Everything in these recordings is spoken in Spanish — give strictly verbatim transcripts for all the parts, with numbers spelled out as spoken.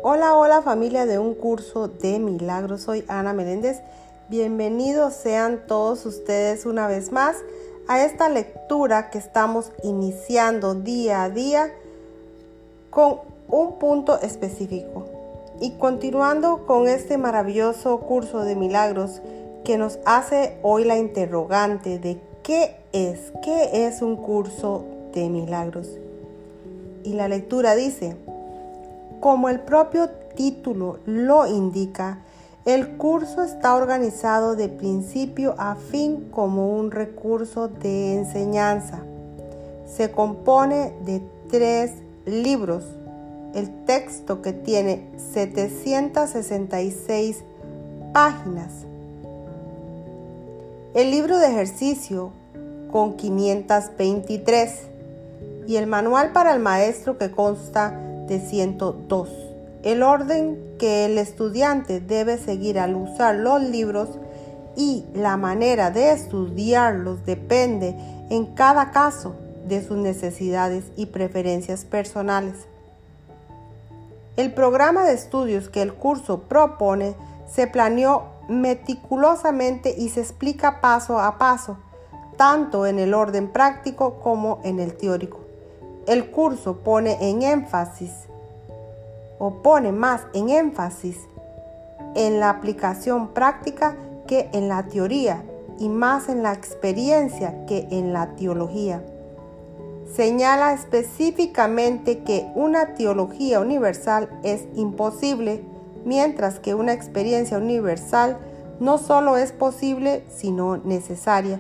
Hola, hola familia de un curso de milagros, soy Ana Meléndez. Bienvenidos sean todos ustedes una vez más a esta lectura que estamos iniciando día a día con un punto específico. Y continuando con este maravilloso curso de milagros que nos hace hoy la interrogante de qué es, qué es un curso de milagros. Y la lectura dice: como el propio título lo indica, el curso está organizado de principio a fin como un recurso de enseñanza. Se compone de tres libros. El texto, que tiene setecientas sesenta y seis páginas. El libro de ejercicio con quinientas veintitrés. Y el manual para el maestro, que consta de ciento dos. El orden que el estudiante debe seguir al usar los libros y la manera de estudiarlos depende en cada caso de sus necesidades y preferencias personales. El programa de estudios que el curso propone se planeó meticulosamente y se explica paso a paso, tanto en el orden práctico como en el teórico. El curso pone en énfasis o pone más en énfasis en la aplicación práctica que en la teoría y más en la experiencia que en la teología. Señala específicamente que una teología universal es imposible, mientras que una experiencia universal no solo es posible, sino necesaria.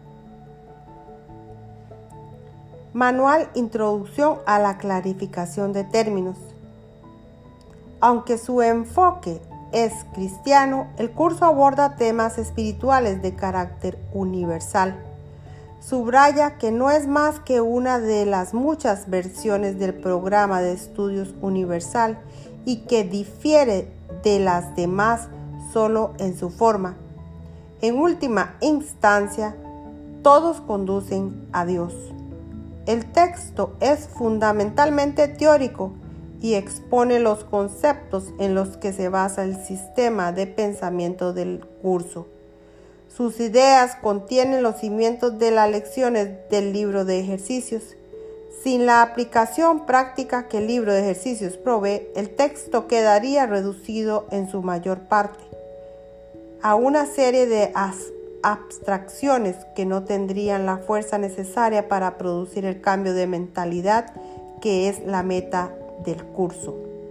Manual Introducción a la clarificación de términos. Aunque su enfoque es cristiano, el curso aborda temas espirituales de carácter universal. Subraya que no es más que una de las muchas versiones del programa de estudios universal y que difiere de las demás solo en su forma. En última instancia, todos conducen a Dios. El texto es fundamentalmente teórico y expone los conceptos en los que se basa el sistema de pensamiento del curso. Sus ideas contienen los cimientos de las lecciones del libro de ejercicios. Sin la aplicación práctica que el libro de ejercicios provee, el texto quedaría reducido en su mayor parte a una serie de aspectos abstracciones que no tendrían la fuerza necesaria para producir el cambio de mentalidad que es la meta del curso.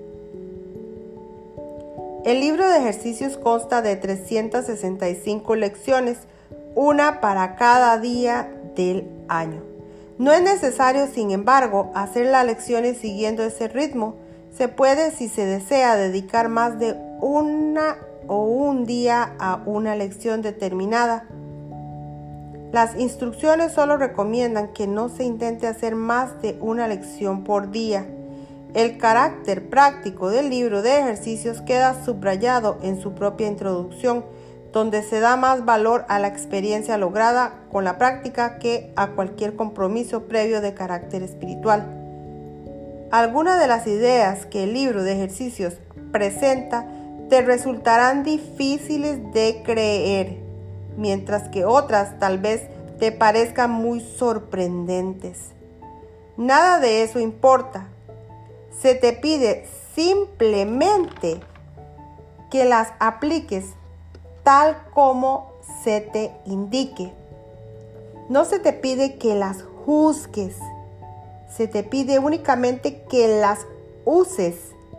El libro de ejercicios consta de trescientas sesenta y cinco lecciones, una para cada día del año. No es necesario, sin embargo, hacer las lecciones siguiendo ese ritmo. Se puede, si se desea, dedicar más de una o un día a una lección determinada. Las instrucciones solo recomiendan que no se intente hacer más de una lección por día. El carácter práctico del libro de ejercicios queda subrayado en su propia introducción, donde se da más valor a la experiencia lograda con la práctica que a cualquier compromiso previo de carácter espiritual. Algunas de las ideas que el libro de ejercicios presenta te resultarán difíciles de creer, mientras que otras tal vez te parezcan muy sorprendentes. Nada de eso importa. Se te pide simplemente que las apliques tal como se te indique. No se te pide que las juzgues. Se te pide únicamente que las uses.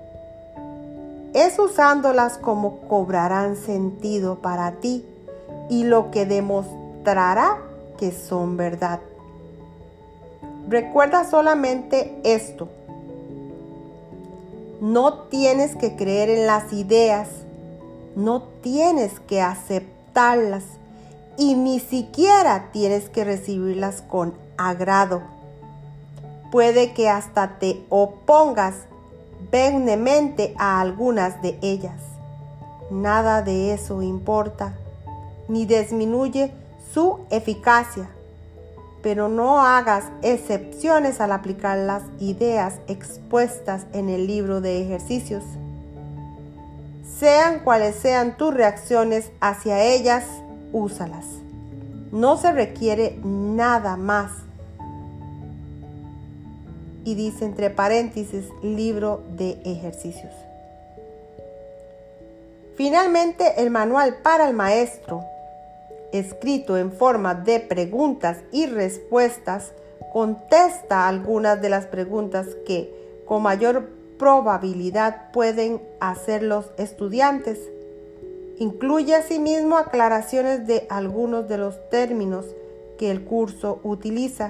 Es usándolas como cobrarán sentido para ti y lo que demostrará que son verdad. Recuerda solamente esto: no tienes que creer en las ideas, no tienes que aceptarlas y ni siquiera tienes que recibirlas con agrado. Puede que hasta te opongas vehementemente a algunas de ellas. Nada de eso importa, ni disminuye su eficacia, pero no hagas excepciones al aplicar las ideas expuestas en el libro de ejercicios. Sean cuales sean tus reacciones hacia ellas, úsalas. No se requiere nada más. Y dice entre paréntesis, libro de ejercicios. Finalmente, el manual para el maestro, escrito en forma de preguntas y respuestas, contesta algunas de las preguntas que con mayor probabilidad pueden hacer los estudiantes. Incluye asimismo aclaraciones de algunos de los términos que el curso utiliza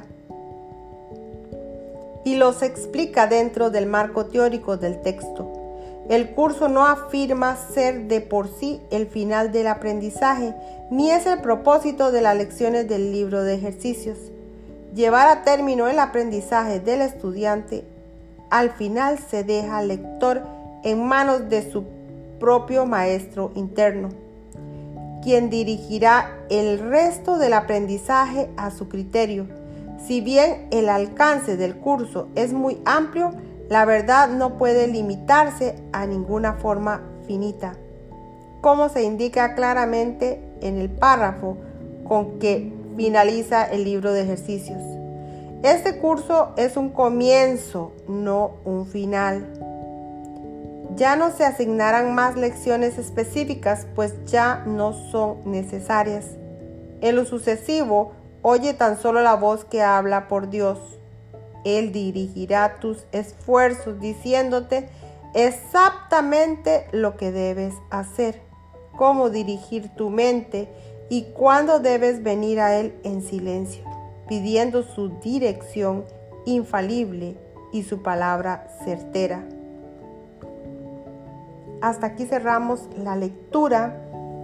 y los explica dentro del marco teórico del texto. El curso no afirma ser de por sí el final del aprendizaje, ni es el propósito de las lecciones del libro de ejercicios. Llevar a término el aprendizaje del estudiante, al final se deja al lector en manos de su propio maestro interno, quien dirigirá el resto del aprendizaje a su criterio. Si bien el alcance del curso es muy amplio, la verdad no puede limitarse a ninguna forma finita, como se indica claramente en el párrafo con que finaliza el libro de ejercicios. Este curso es un comienzo, no un final. Ya no se asignarán más lecciones específicas, pues ya no son necesarias. En lo sucesivo, oye tan solo la voz que habla por Dios. Él dirigirá tus esfuerzos diciéndote exactamente lo que debes hacer, cómo dirigir tu mente y cuándo debes venir a Él en silencio, pidiendo su dirección infalible y su palabra certera. Hasta aquí cerramos la lectura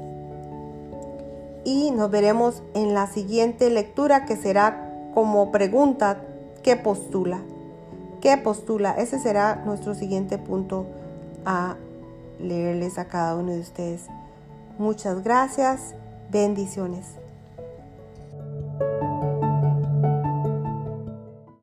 y nos veremos en la siguiente lectura, que será como pregunta: ¿qué postula? ¿Qué postula? Ese será nuestro siguiente punto a leerles a cada uno de ustedes. Muchas gracias. Bendiciones.